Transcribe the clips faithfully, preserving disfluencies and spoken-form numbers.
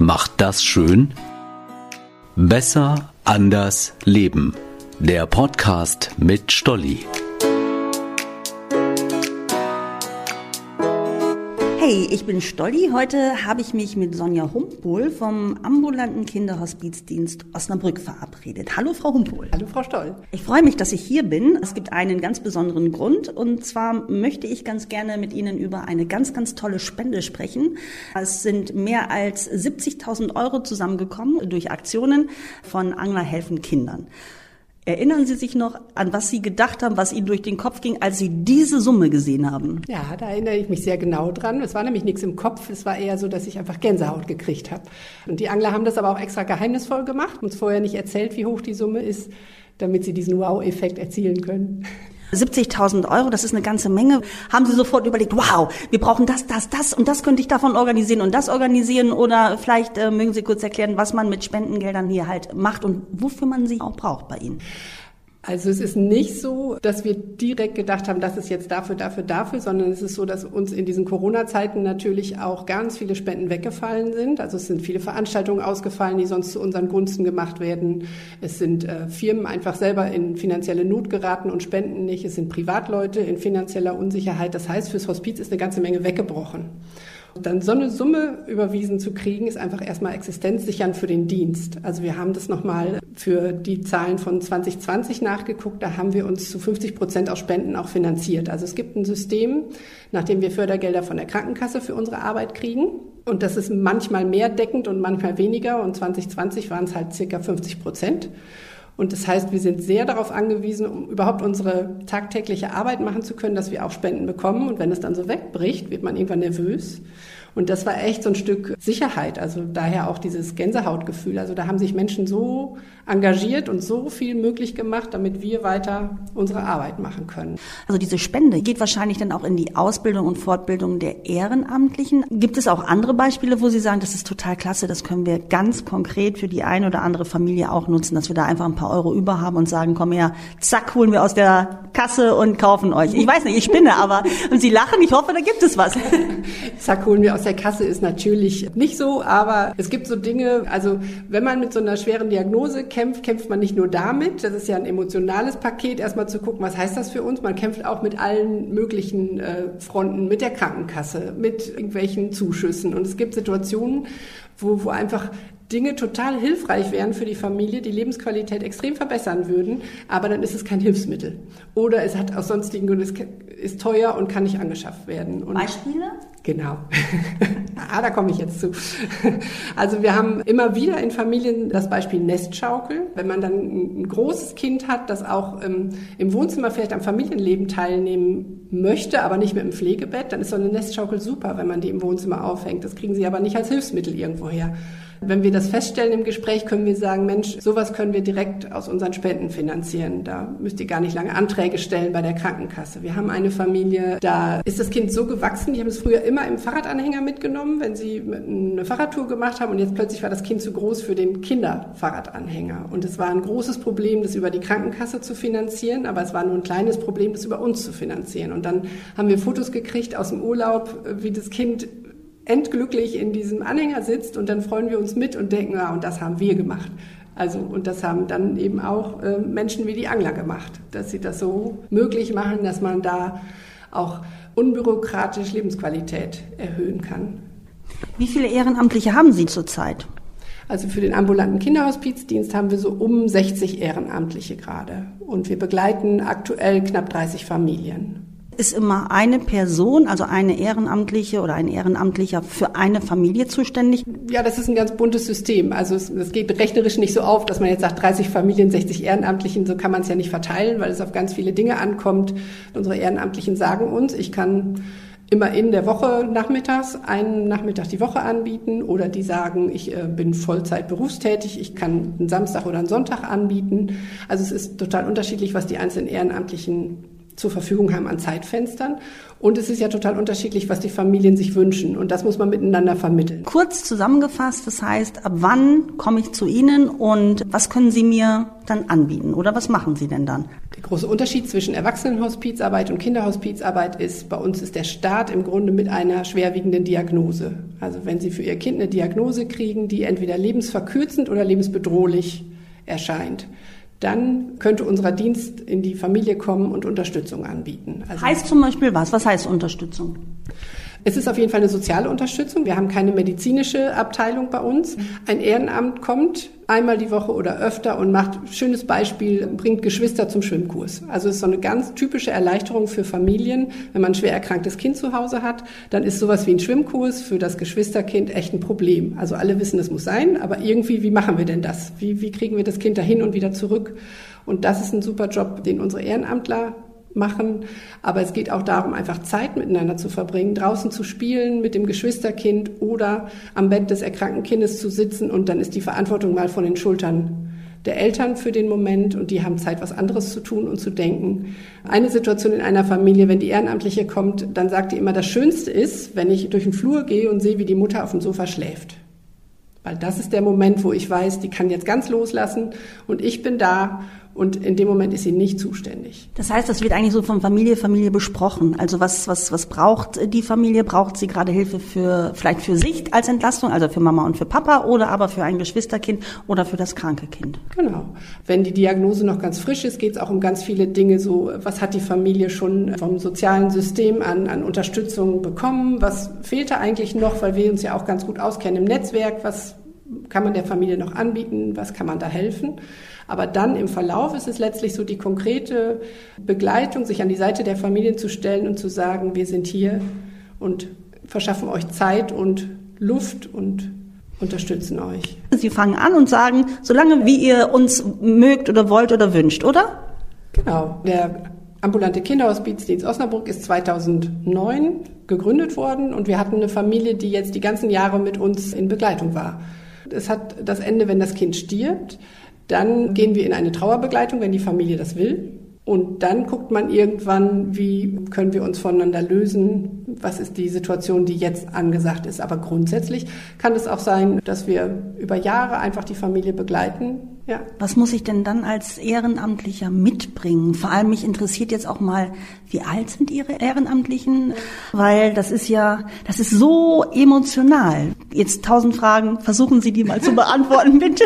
macht das schön? Besser, anders, leben. Der Podcast mit Stolli. Hey, ich bin Stolli. Heute habe ich mich mit Sonja Humpohl vom ambulanten Kinderhospizdienst Osnabrück verabredet. Hallo, Frau Humpohl. Hallo, Frau Stoll. Ich freue mich, dass ich hier bin. Es gibt einen ganz besonderen Grund. Und zwar möchte ich ganz gerne mit Ihnen über eine ganz, ganz tolle Spende sprechen. Es sind mehr als siebzigtausend Euro zusammengekommen durch Aktionen von Angler helfen Kindern. Erinnern Sie sich noch, an was Sie gedacht haben, was Ihnen durch den Kopf ging, als Sie diese Summe gesehen haben? Ja, da erinnere ich mich sehr genau dran. Es war nämlich nichts im Kopf. Es war eher so, dass ich einfach Gänsehaut gekriegt habe. Und die Angler haben das aber auch extra geheimnisvoll gemacht, uns vorher nicht erzählt, wie hoch die Summe ist, damit sie diesen Wow-Effekt erzielen können. siebzigtausend Euro, das ist eine ganze Menge. Haben Sie sofort überlegt, wow, wir brauchen das, das, das und das könnte ich davon organisieren und das organisieren? Oder vielleicht äh, mögen Sie kurz erklären, was man mit Spendengeldern hier halt macht und wofür man sie auch braucht bei Ihnen? Also es ist nicht so, dass wir direkt gedacht haben, das ist jetzt dafür, dafür, dafür, sondern es ist so, dass uns in diesen Corona-Zeiten natürlich auch ganz viele Spenden weggefallen sind. Also es sind viele Veranstaltungen ausgefallen, die sonst zu unseren Gunsten gemacht werden. Es sind äh, Firmen einfach selber in finanzielle Not geraten und spenden nicht. Es sind Privatleute in finanzieller Unsicherheit. Das heißt, fürs Hospiz ist eine ganze Menge weggebrochen. Dann so eine Summe überwiesen zu kriegen, ist einfach erstmal existenzsichernd für den Dienst. Also wir haben das nochmal für die Zahlen von zwanzig zwanzig nachgeguckt. Da haben wir uns zu fünfzig Prozent aus Spenden auch finanziert. Also es gibt ein System, nach dem wir Fördergelder von der Krankenkasse für unsere Arbeit kriegen. Und das ist manchmal mehr deckend und manchmal weniger. Und zwanzig zwanzig waren es halt circa fünfzig Prozent. Und das heißt, wir sind sehr darauf angewiesen, um überhaupt unsere tagtägliche Arbeit machen zu können, dass wir auch Spenden bekommen. Und wenn es dann so wegbricht, wird man irgendwann nervös. Und das war echt so ein Stück Sicherheit, also daher auch dieses Gänsehautgefühl. Also da haben sich Menschen so engagiert und so viel möglich gemacht, damit wir weiter unsere Arbeit machen können. Also diese Spende geht wahrscheinlich dann auch in die Ausbildung und Fortbildung der Ehrenamtlichen. Gibt es auch andere Beispiele, wo Sie sagen, das ist total klasse, das können wir ganz konkret für die eine oder andere Familie auch nutzen, dass wir da einfach ein paar Euro über haben und sagen, komm her, zack, holen wir aus der Kasse und kaufen euch. Ich weiß nicht, ich spinne, aber und Sie lachen, ich hoffe, da gibt es was. Zack, holen wir aus der Kasse ist natürlich nicht so, aber es gibt so Dinge, also wenn man mit so einer schweren Diagnose kämpft, kämpft man nicht nur damit, das ist ja ein emotionales Paket, erstmal zu gucken, was heißt das für uns, man kämpft auch mit allen möglichen äh, Fronten, mit der Krankenkasse, mit irgendwelchen Zuschüssen und es gibt Situationen, wo, wo einfach Dinge total hilfreich wären für die Familie, die Lebensqualität extrem verbessern würden, aber dann ist es kein Hilfsmittel. Oder es hat aus sonstigen Gründen, es ist teuer und kann nicht angeschafft werden. Und Beispiele? Genau. ah, da komme ich jetzt zu. Also wir haben immer wieder in Familien das Beispiel Nestschaukel. Wenn man dann ein großes Kind hat, das auch ähm, im Wohnzimmer vielleicht am Familienleben teilnehmen möchte, aber nicht mit einem Pflegebett, dann ist so eine Nestschaukel super, wenn man die im Wohnzimmer aufhängt. Das kriegen sie aber nicht als Hilfsmittel irgendwo her. Wenn wir das feststellen im Gespräch, können wir sagen, Mensch, sowas können wir direkt aus unseren Spenden finanzieren. Da müsst ihr gar nicht lange Anträge stellen bei der Krankenkasse. Wir haben eine Familie, da ist das Kind so gewachsen, die haben es früher immer im Fahrradanhänger mitgenommen, wenn sie eine Fahrradtour gemacht haben und jetzt plötzlich war das Kind zu groß für den Kinderfahrradanhänger. Und es war ein großes Problem, das über die Krankenkasse zu finanzieren, aber es war nur ein kleines Problem, das über uns zu finanzieren. Und dann haben wir Fotos gekriegt aus dem Urlaub, wie das Kind endglücklich in diesem Anhänger sitzt und dann freuen wir uns mit und denken, ja, und das haben wir gemacht. Also, und das haben dann eben auch äh, Menschen wie die Angler gemacht, dass sie das so möglich machen, dass man da auch unbürokratisch Lebensqualität erhöhen kann. Wie viele Ehrenamtliche haben Sie zurzeit? Also für den ambulanten Kinderhospizdienst haben wir so um sechzig Ehrenamtliche gerade. Und wir begleiten aktuell knapp dreißig Familien. Ist immer eine Person, also eine Ehrenamtliche oder ein Ehrenamtlicher für eine Familie zuständig? Ja, das ist ein ganz buntes System. Also es, es geht rechnerisch nicht so auf, dass man jetzt sagt, dreißig Familien, sechzig Ehrenamtlichen, so kann man es ja nicht verteilen, weil es auf ganz viele Dinge ankommt. Unsere Ehrenamtlichen sagen uns, ich kann immer in der Woche nachmittags einen Nachmittag die Woche anbieten oder die sagen, ich äh, bin Vollzeit berufstätig, ich kann einen Samstag oder einen Sonntag anbieten. Also es ist total unterschiedlich, was die einzelnen Ehrenamtlichen zur Verfügung haben an Zeitfenstern. Und es ist ja total unterschiedlich, was die Familien sich wünschen. Und das muss man miteinander vermitteln. Kurz zusammengefasst, das heißt, ab wann komme ich zu Ihnen und was können Sie mir dann anbieten oder was machen Sie denn dann? Der große Unterschied zwischen Erwachsenenhospizarbeit und Kinderhospizarbeit ist, bei uns ist der Start im Grunde mit einer schwerwiegenden Diagnose. Also wenn Sie für Ihr Kind eine Diagnose kriegen, die entweder lebensverkürzend oder lebensbedrohlich erscheint, dann könnte unser Dienst in die Familie kommen und Unterstützung anbieten. Also heißt zum Beispiel was? Was heißt Unterstützung? Es ist auf jeden Fall eine soziale Unterstützung. Wir haben keine medizinische Abteilung bei uns. Ein Ehrenamt kommt einmal die Woche oder öfter und macht, schönes Beispiel, bringt Geschwister zum Schwimmkurs. Also es ist so eine ganz typische Erleichterung für Familien. Wenn man ein schwer erkranktes Kind zu Hause hat, dann ist sowas wie ein Schwimmkurs für das Geschwisterkind echt ein Problem. Also alle wissen, es muss sein, aber irgendwie, wie machen wir denn das? Wie, wie kriegen wir das Kind dahin und wieder zurück? Und das ist ein super Job, den unsere Ehrenamtler machen, aber es geht auch darum, einfach Zeit miteinander zu verbringen, draußen zu spielen mit dem Geschwisterkind oder am Bett des erkrankten Kindes zu sitzen und dann ist die Verantwortung mal von den Schultern der Eltern für den Moment und die haben Zeit, was anderes zu tun und zu denken. Eine Situation in einer Familie, wenn die Ehrenamtliche kommt, dann sagt die immer, das Schönste ist, wenn ich durch den Flur gehe und sehe, wie die Mutter auf dem Sofa schläft. Weil das ist der Moment, wo ich weiß, die kann jetzt ganz loslassen und ich bin da und in dem Moment ist sie nicht zuständig. Das heißt, das wird eigentlich so von Familie Familie besprochen. Also was was was braucht die Familie? Braucht sie gerade Hilfe für vielleicht für sich als Entlastung, also für Mama und für Papa oder aber für ein Geschwisterkind oder für das kranke Kind? Genau. Wenn die Diagnose noch ganz frisch ist, geht es auch um ganz viele Dinge. So, was hat die Familie schon vom sozialen System an an Unterstützung bekommen? Was fehlt da eigentlich noch? Weil wir uns ja auch ganz gut auskennen im Netzwerk. Was kann man der Familie noch anbieten? Was kann man da helfen? Aber dann im Verlauf ist es letztlich so die konkrete Begleitung, sich an die Seite der Familien zu stellen und zu sagen, wir sind hier und verschaffen euch Zeit und Luft und unterstützen euch. Sie fangen an und sagen, solange wie ihr uns mögt oder wollt oder wünscht, oder? Genau. Der ambulante Kinderhospizdienst Osnabrück ist zweitausendneun gegründet worden und wir hatten eine Familie, die jetzt die ganzen Jahre mit uns in Begleitung war. Es hat das Ende, wenn das Kind stirbt. Dann gehen wir in eine Trauerbegleitung, wenn die Familie das will. Und dann guckt man irgendwann, wie können wir uns voneinander lösen, was ist die Situation, die jetzt angesagt ist. Aber grundsätzlich kann es auch sein, dass wir über Jahre einfach die Familie begleiten. Ja. Was muss ich denn dann als Ehrenamtlicher mitbringen? Vor allem mich interessiert jetzt auch mal, wie alt sind Ihre Ehrenamtlichen? Weil das ist ja, das ist so emotional. Jetzt tausend Fragen, versuchen Sie die mal zu beantworten, bitte.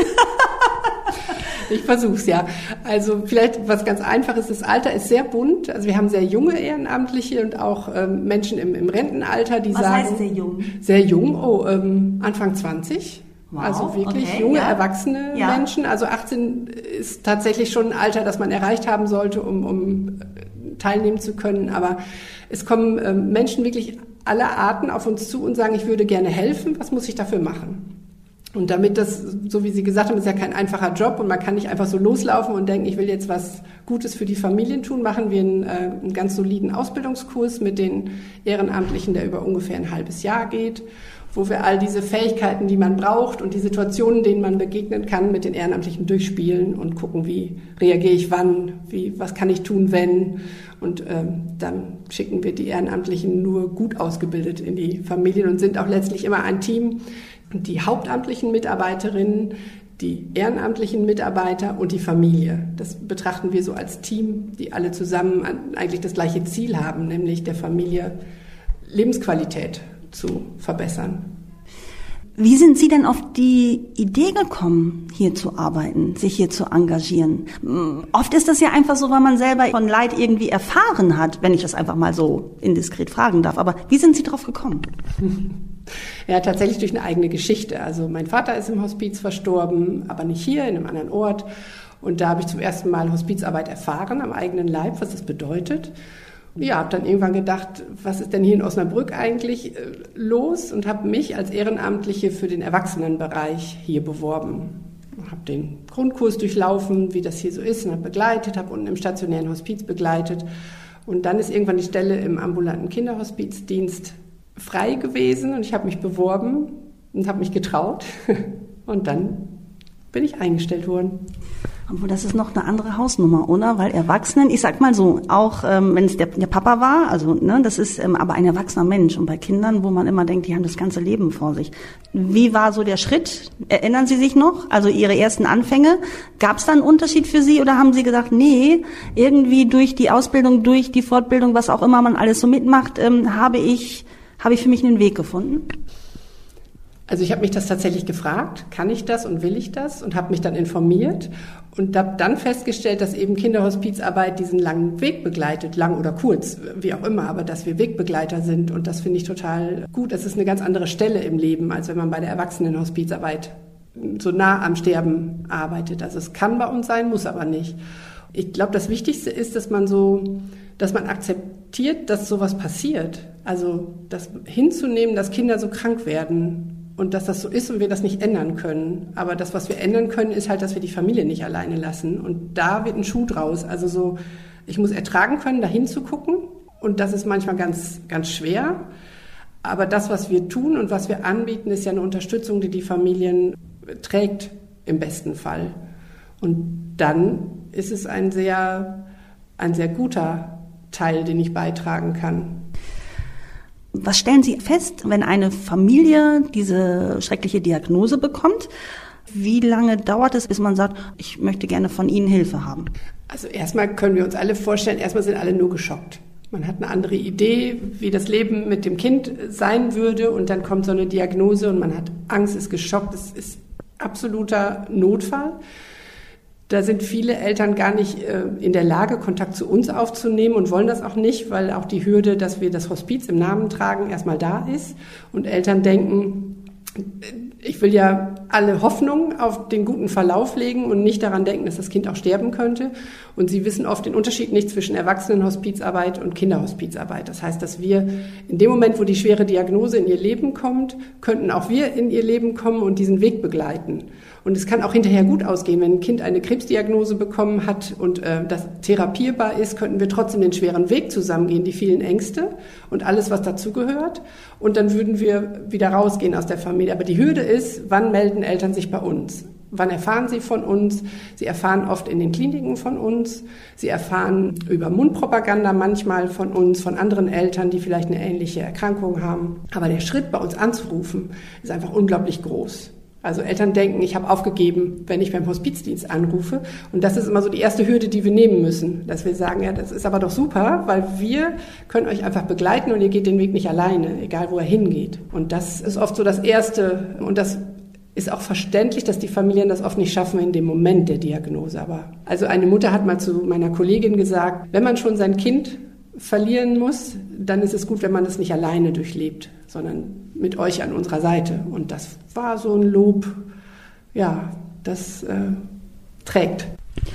Ich versuch's, ja. Also vielleicht was ganz Einfaches, das Alter ist sehr bunt. Also wir haben sehr junge Ehrenamtliche und auch ähm, Menschen im, im Rentenalter, die was sagen... Was heißt sehr jung? Sehr jung, oh, ähm, Anfang zwanzig. Wow, also wirklich okay, junge, ja. erwachsene ja. Menschen. Also achtzehn ist tatsächlich schon ein Alter, das man erreicht haben sollte, um, um teilnehmen zu können. Aber es kommen ähm, Menschen wirklich aller Arten auf uns zu und sagen, ich würde gerne helfen. Was muss ich dafür machen? Und damit das, so wie Sie gesagt haben, ist ja kein einfacher Job und man kann nicht einfach so loslaufen und denken, ich will jetzt was Gutes für die Familien tun, machen wir einen, äh, einen ganz soliden Ausbildungskurs mit den Ehrenamtlichen, der über ungefähr ein halbes Jahr geht, wo wir all diese Fähigkeiten, die man braucht und die Situationen, denen man begegnen kann, mit den Ehrenamtlichen durchspielen und gucken, wie reagiere ich wann, wie, was kann ich tun, wenn. Und ähm, dann schicken wir die Ehrenamtlichen nur gut ausgebildet in die Familien und sind auch letztlich immer ein Team. Die hauptamtlichen Mitarbeiterinnen, die ehrenamtlichen Mitarbeiter und die Familie. Das betrachten wir so als Team, die alle zusammen eigentlich das gleiche Ziel haben, nämlich der Familie Lebensqualität zu verbessern. Wie sind Sie denn auf die Idee gekommen, hier zu arbeiten, sich hier zu engagieren? Oft ist das ja einfach so, weil man selber von Leid irgendwie erfahren hat, wenn ich das einfach mal so indiskret fragen darf. Aber wie sind Sie drauf gekommen? Ja, tatsächlich durch eine eigene Geschichte. Also mein Vater ist im Hospiz verstorben, aber nicht hier, in einem anderen Ort. Und da habe ich zum ersten Mal Hospizarbeit erfahren am eigenen Leib, was das bedeutet. Ja, habe dann irgendwann gedacht, was ist denn hier in Osnabrück eigentlich äh, los? Und habe mich als Ehrenamtliche für den Erwachsenenbereich hier beworben. Habe den Grundkurs durchlaufen, wie das hier so ist, und habe begleitet, habe unten im stationären Hospiz begleitet. Und dann ist irgendwann die Stelle im ambulanten Kinderhospizdienst frei gewesen und ich habe mich beworben und habe mich getraut und dann bin ich eingestellt worden. Obwohl, das ist noch eine andere Hausnummer, oder? Weil Erwachsenen, ich sag mal so, auch ähm, wenn es der, der Papa war, also ne, das ist ähm, aber ein erwachsener Mensch. Und bei Kindern, wo man immer denkt, die haben das ganze Leben vor sich. Wie war so der Schritt? Erinnern Sie sich noch? Also Ihre ersten Anfänge? Gab es da einen Unterschied für Sie oder haben Sie gesagt, nee, irgendwie durch die Ausbildung, durch die Fortbildung, was auch immer man alles so mitmacht, ähm, habe ich, habe ich für mich einen Weg gefunden? Also ich habe mich das tatsächlich gefragt, kann ich das und will ich das? Und habe mich dann informiert und habe dann festgestellt, dass eben Kinderhospizarbeit diesen langen Weg begleitet, lang oder kurz, wie auch immer, aber dass wir Wegbegleiter sind und das finde ich total gut. Es ist eine ganz andere Stelle im Leben, als wenn man bei der Erwachsenenhospizarbeit so nah am Sterben arbeitet. Also es kann bei uns sein, muss aber nicht. Ich glaube, das Wichtigste ist, dass man so, dass man akzeptiert, dass sowas passiert. Also das hinzunehmen, dass Kinder so krank werden. Und dass das so ist und wir das nicht ändern können. Aber das, was wir ändern können, ist halt, dass wir die Familie nicht alleine lassen. Und da wird ein Schuh draus. Also so, ich muss ertragen können, da hinzugucken. Und das ist manchmal ganz, ganz schwer. Aber das, was wir tun und was wir anbieten, ist ja eine Unterstützung, die die Familien trägt, im besten Fall. Und dann ist es ein sehr, ein sehr guter Teil, den ich beitragen kann. Was stellen Sie fest, wenn eine Familie diese schreckliche Diagnose bekommt? Wie lange dauert es, bis man sagt, ich möchte gerne von Ihnen Hilfe haben? Also erstmal können wir uns alle vorstellen, erstmal sind alle nur geschockt. Man hat eine andere Idee, wie das Leben mit dem Kind sein würde und dann kommt so eine Diagnose und man hat Angst, ist geschockt, es ist absoluter Notfall. Da sind viele Eltern gar nicht äh, in der Lage, Kontakt zu uns aufzunehmen und wollen das auch nicht, weil auch die Hürde, dass wir das Hospiz im Namen tragen, erstmal da ist. Und Eltern denken, ich will ja alle Hoffnung auf den guten Verlauf legen und nicht daran denken, dass das Kind auch sterben könnte. Und sie wissen oft den Unterschied nicht zwischen Erwachsenenhospizarbeit und Kinderhospizarbeit. Das heißt, dass wir in dem Moment, wo die schwere Diagnose in ihr Leben kommt, könnten auch wir in ihr Leben kommen und diesen Weg begleiten. Und es kann auch hinterher gut ausgehen, wenn ein Kind eine Krebsdiagnose bekommen hat und äh, das therapierbar ist, könnten wir trotzdem den schweren Weg zusammengehen, die vielen Ängste und alles, was dazugehört. Und dann würden wir wieder rausgehen aus der Familie. Aber die Hürde ist, wann melden Eltern sich bei uns? Wann erfahren sie von uns? Sie erfahren oft in den Kliniken von uns. Sie erfahren über Mundpropaganda manchmal von uns, von anderen Eltern, die vielleicht eine ähnliche Erkrankung haben. Aber der Schritt, bei uns anzurufen, ist einfach unglaublich groß. Also Eltern denken, ich habe aufgegeben, wenn ich beim Hospizdienst anrufe. Und das ist immer so die erste Hürde, die wir nehmen müssen. Dass wir sagen, ja, das ist aber doch super, weil wir können euch einfach begleiten und ihr geht den Weg nicht alleine, egal wo er hingeht. Und das ist oft so das Erste. Und das ist auch verständlich, dass die Familien das oft nicht schaffen in dem Moment der Diagnose. Aber also eine Mutter hat mal zu meiner Kollegin gesagt, wenn man schon sein Kind verlieren muss, dann ist es gut, wenn man das nicht alleine durchlebt, sondern mit euch an unserer Seite. Und das war so ein Lob, ja, das äh, trägt.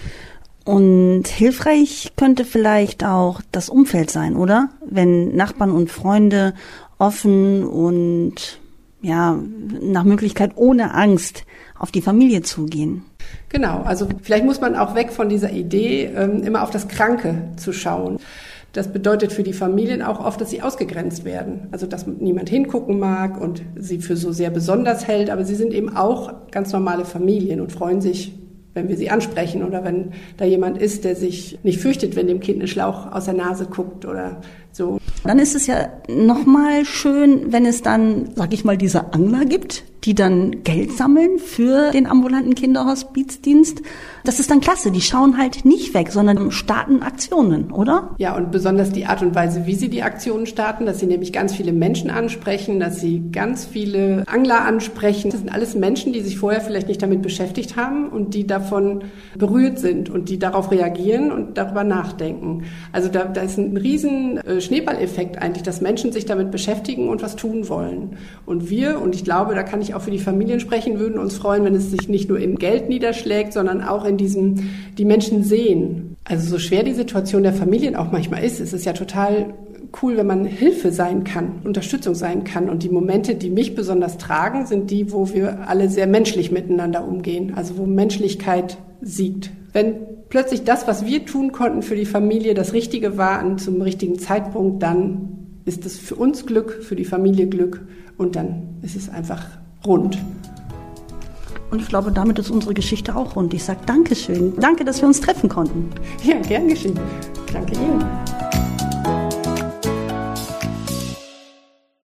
Und hilfreich könnte vielleicht auch das Umfeld sein, oder? Wenn Nachbarn und Freunde offen und ja, nach Möglichkeit ohne Angst auf die Familie zugehen. Genau, also vielleicht muss man auch weg von dieser Idee, ähm, immer auf das Kranke zu schauen. Das bedeutet für die Familien auch oft, dass sie ausgegrenzt werden. Also, dass niemand hingucken mag und sie für so sehr besonders hält. Aber sie sind eben auch ganz normale Familien und freuen sich, wenn wir sie ansprechen oder wenn da jemand ist, der sich nicht fürchtet, wenn dem Kind ein Schlauch aus der Nase guckt oder so. Dann ist es ja nochmal schön, wenn es dann, sag ich mal, diese Angler gibt, die dann Geld sammeln für den ambulanten Kinderhospizdienst. Das ist dann klasse. Die schauen halt nicht weg, sondern starten Aktionen, oder? Ja, und besonders die Art und Weise, wie sie die Aktionen starten, dass sie nämlich ganz viele Menschen ansprechen, dass sie ganz viele Angler ansprechen. Das sind alles Menschen, die sich vorher vielleicht nicht damit beschäftigt haben und die davon berührt sind und die darauf reagieren und darüber nachdenken. Also da, da ist ein riesen Schneeballeffekt eigentlich, dass Menschen sich damit beschäftigen und was tun wollen. Und wir, und ich glaube, da kann ich auch für die Familien sprechen, würden uns freuen, wenn es sich nicht nur in Geld niederschlägt, sondern auch in diesem, die Menschen sehen. Also so schwer die Situation der Familien auch manchmal ist, ist es ja total cool, wenn man Hilfe sein kann, Unterstützung sein kann. Und die Momente, die mich besonders tragen, sind die, wo wir alle sehr menschlich miteinander umgehen, also wo Menschlichkeit siegt. Wenn plötzlich das, was wir tun konnten für die Familie, das Richtige war und zum richtigen Zeitpunkt, dann ist es für uns Glück, für die Familie Glück und dann ist es einfach rund. Und ich glaube, damit ist unsere Geschichte auch rund. Ich sage Dankeschön. Danke, dass wir uns treffen konnten. Ja, gern geschehen. Danke Ihnen.